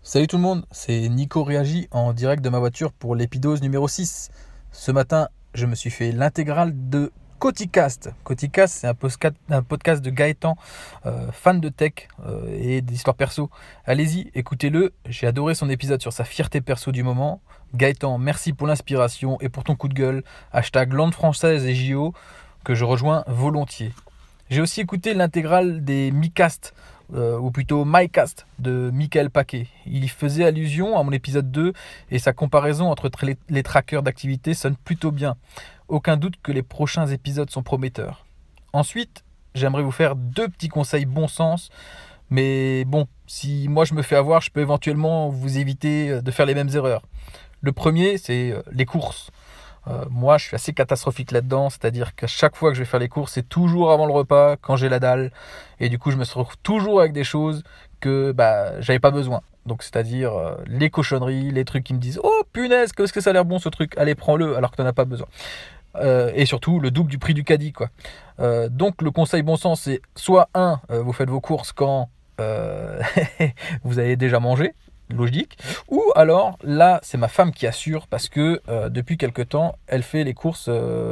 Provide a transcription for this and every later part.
Salut tout le monde, c'est Nico Réagi en direct de ma voiture pour l'épidose numéro 6. Ce matin, je me suis fait l'intégrale de Coticast. Coticast, c'est un podcast de Gaëtan, fan de tech et d'histoire perso. Allez-y, écoutez-le, j'ai adoré son épisode sur sa fierté perso du moment. Gaëtan, merci pour l'inspiration et pour ton coup de gueule. Hashtag Langue française et JO, que je rejoins volontiers. J'ai aussi écouté l'intégrale des MiCast, ou plutôt MyCast, de Michael Paquet. Il y faisait allusion à mon épisode 2 et sa comparaison entre les trackers d'activité sonne plutôt bien. Aucun doute que les prochains épisodes sont prometteurs. Ensuite, j'aimerais vous faire 2 petits conseils bon sens. Mais bon, si moi je me fais avoir, je peux éventuellement vous éviter de faire les mêmes erreurs. Le premier, c'est les courses. Moi, je suis assez catastrophique là-dedans, c'est-à-dire qu'à chaque fois que je vais faire les courses, c'est toujours avant le repas, quand j'ai la dalle, et du coup, je me retrouve toujours avec des choses que j'avais pas besoin. Donc, c'est-à-dire les cochonneries, les trucs qui me disent «Oh punaise, qu'est-ce que ça a l'air bon ce truc, allez prends-le», alors que t'en as pas besoin. Et surtout, le double du prix du caddie, quoi. Donc, le conseil bon sens, c'est soit vous faites vos courses quand vous avez déjà mangé, logique, ou alors là c'est ma femme qui assure parce que depuis quelque temps elle fait les courses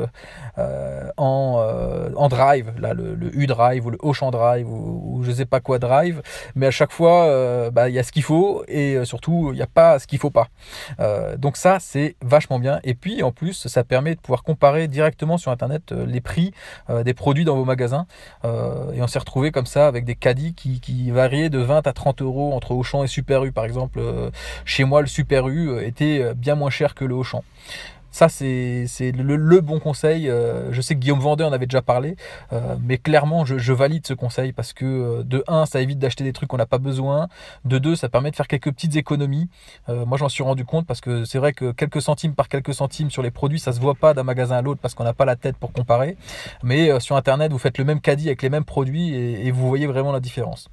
en drive, là le U-Drive ou le Auchan Drive ou je sais pas quoi Drive, mais à chaque fois il y a ce qu'il faut et surtout il n'y a pas ce qu'il faut pas. Donc ça c'est vachement bien, et puis en plus ça permet de pouvoir comparer directement sur internet les prix des produits dans vos magasins, et on s'est retrouvé comme ça avec des caddies qui variaient de 20 à 30 euros entre Auchan et Super U par exemple. Chez moi, le Super U était bien moins cher que le Auchan. Ça, c'est le bon conseil. Je sais que Guillaume Vendée en avait déjà parlé, mais clairement, je valide ce conseil parce que de 1, ça évite d'acheter des trucs qu'on n'a pas besoin. De 2, ça permet de faire quelques petites économies. Moi, j'en suis rendu compte parce que c'est vrai que quelques centimes par quelques centimes sur les produits, ça se voit pas d'un magasin à l'autre parce qu'on n'a pas la tête pour comparer. Mais sur Internet, vous faites le même caddie avec les mêmes produits et vous voyez vraiment la différence.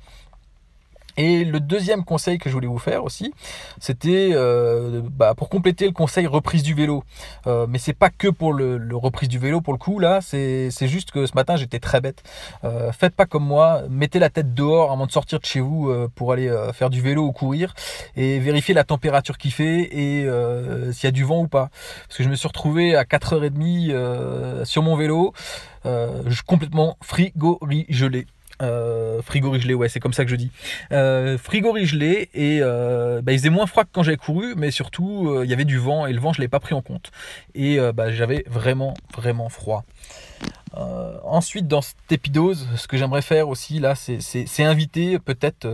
Et le deuxième conseil que je voulais vous faire aussi, c'était pour compléter le conseil reprise du vélo. Mais c'est pas que pour le reprise du vélo pour le coup là, c'est juste que ce matin j'étais très bête. Faites pas comme moi, mettez la tête dehors avant de sortir de chez vous pour aller faire du vélo ou courir et vérifiez la température qu'il fait et s'il y a du vent ou pas. Parce que je me suis retrouvé à 4h30 sur mon vélo, complètement frigorigelé. Frigorigelé, ouais, c'est comme ça que je dis. Frigorigelé, et il faisait moins froid que quand j'avais couru, mais surtout il y avait du vent et le vent je l'ai pas pris en compte et j'avais vraiment froid. Ensuite, dans cette épidose, ce que j'aimerais faire aussi là, c'est inviter peut-être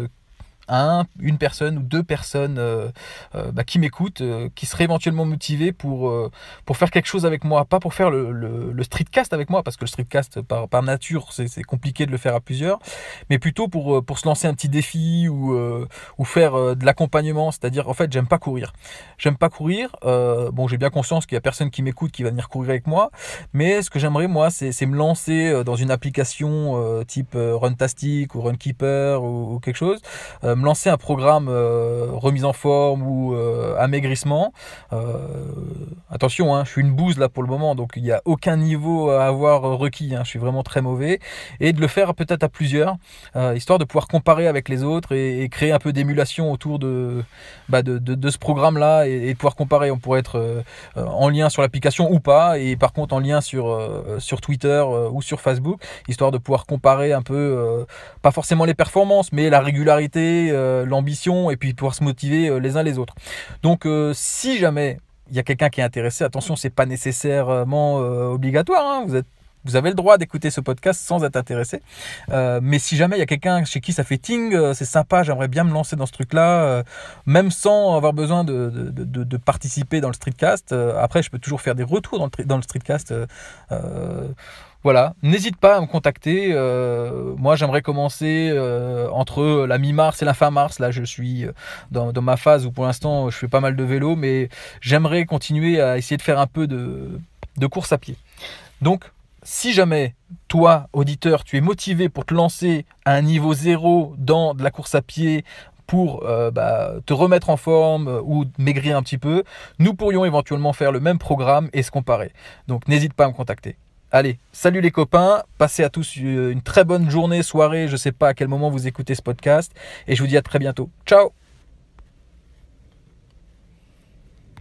une personne ou 2 personnes qui m'écoutent, qui seraient éventuellement motivées pour faire quelque chose avec moi, pas pour faire le streetcast avec moi, parce que le streetcast par nature c'est compliqué de le faire à plusieurs, mais plutôt pour se lancer un petit défi ou faire de l'accompagnement. C'est-à-dire, en fait, j'aime pas courir. Bon, j'ai bien conscience qu'il y a personne qui m'écoute qui va venir courir avec moi, mais ce que j'aimerais moi c'est me lancer dans une application type Runtastic ou Runkeeper ou quelque chose, me lancer un programme remise en forme ou amaigrissement. Attention, je suis une bouse là pour le moment, donc il n'y a aucun niveau à avoir requis, je suis vraiment très mauvais, et de le faire peut-être à plusieurs, histoire de pouvoir comparer avec les autres et créer un peu d'émulation autour de ce programme là, et de pouvoir comparer. On pourrait être en lien sur l'application ou pas, et par contre en lien sur Twitter ou sur Facebook, histoire de pouvoir comparer un peu, pas forcément les performances, mais la régularité, l'ambition, et puis pouvoir se motiver les uns les autres. Donc si jamais il y a quelqu'un qui est intéressé, attention, c'est pas nécessairement obligatoire, vous avez le droit d'écouter ce podcast sans être intéressé. Mais si jamais il y a quelqu'un chez qui ça fait ting, c'est sympa, j'aimerais bien me lancer dans ce truc-là, même sans avoir besoin de participer dans le streetcast. Après, je peux toujours faire des retours dans le streetcast. Voilà, n'hésite pas à me contacter. Moi, j'aimerais commencer entre la mi-mars et la fin mars. Là, je suis dans ma phase où pour l'instant, je fais pas mal de vélo, mais j'aimerais continuer à essayer de faire un peu de course à pied. Donc, si jamais, toi, auditeur, tu es motivé pour te lancer à un niveau 0 dans de la course à pied, pour te remettre en forme ou maigrir un petit peu, nous pourrions éventuellement faire le même programme et se comparer. Donc, n'hésite pas à me contacter. Allez, salut les copains, passez à tous une très bonne journée, soirée, je ne sais pas à quel moment vous écoutez ce podcast, et je vous dis à très bientôt. Ciao!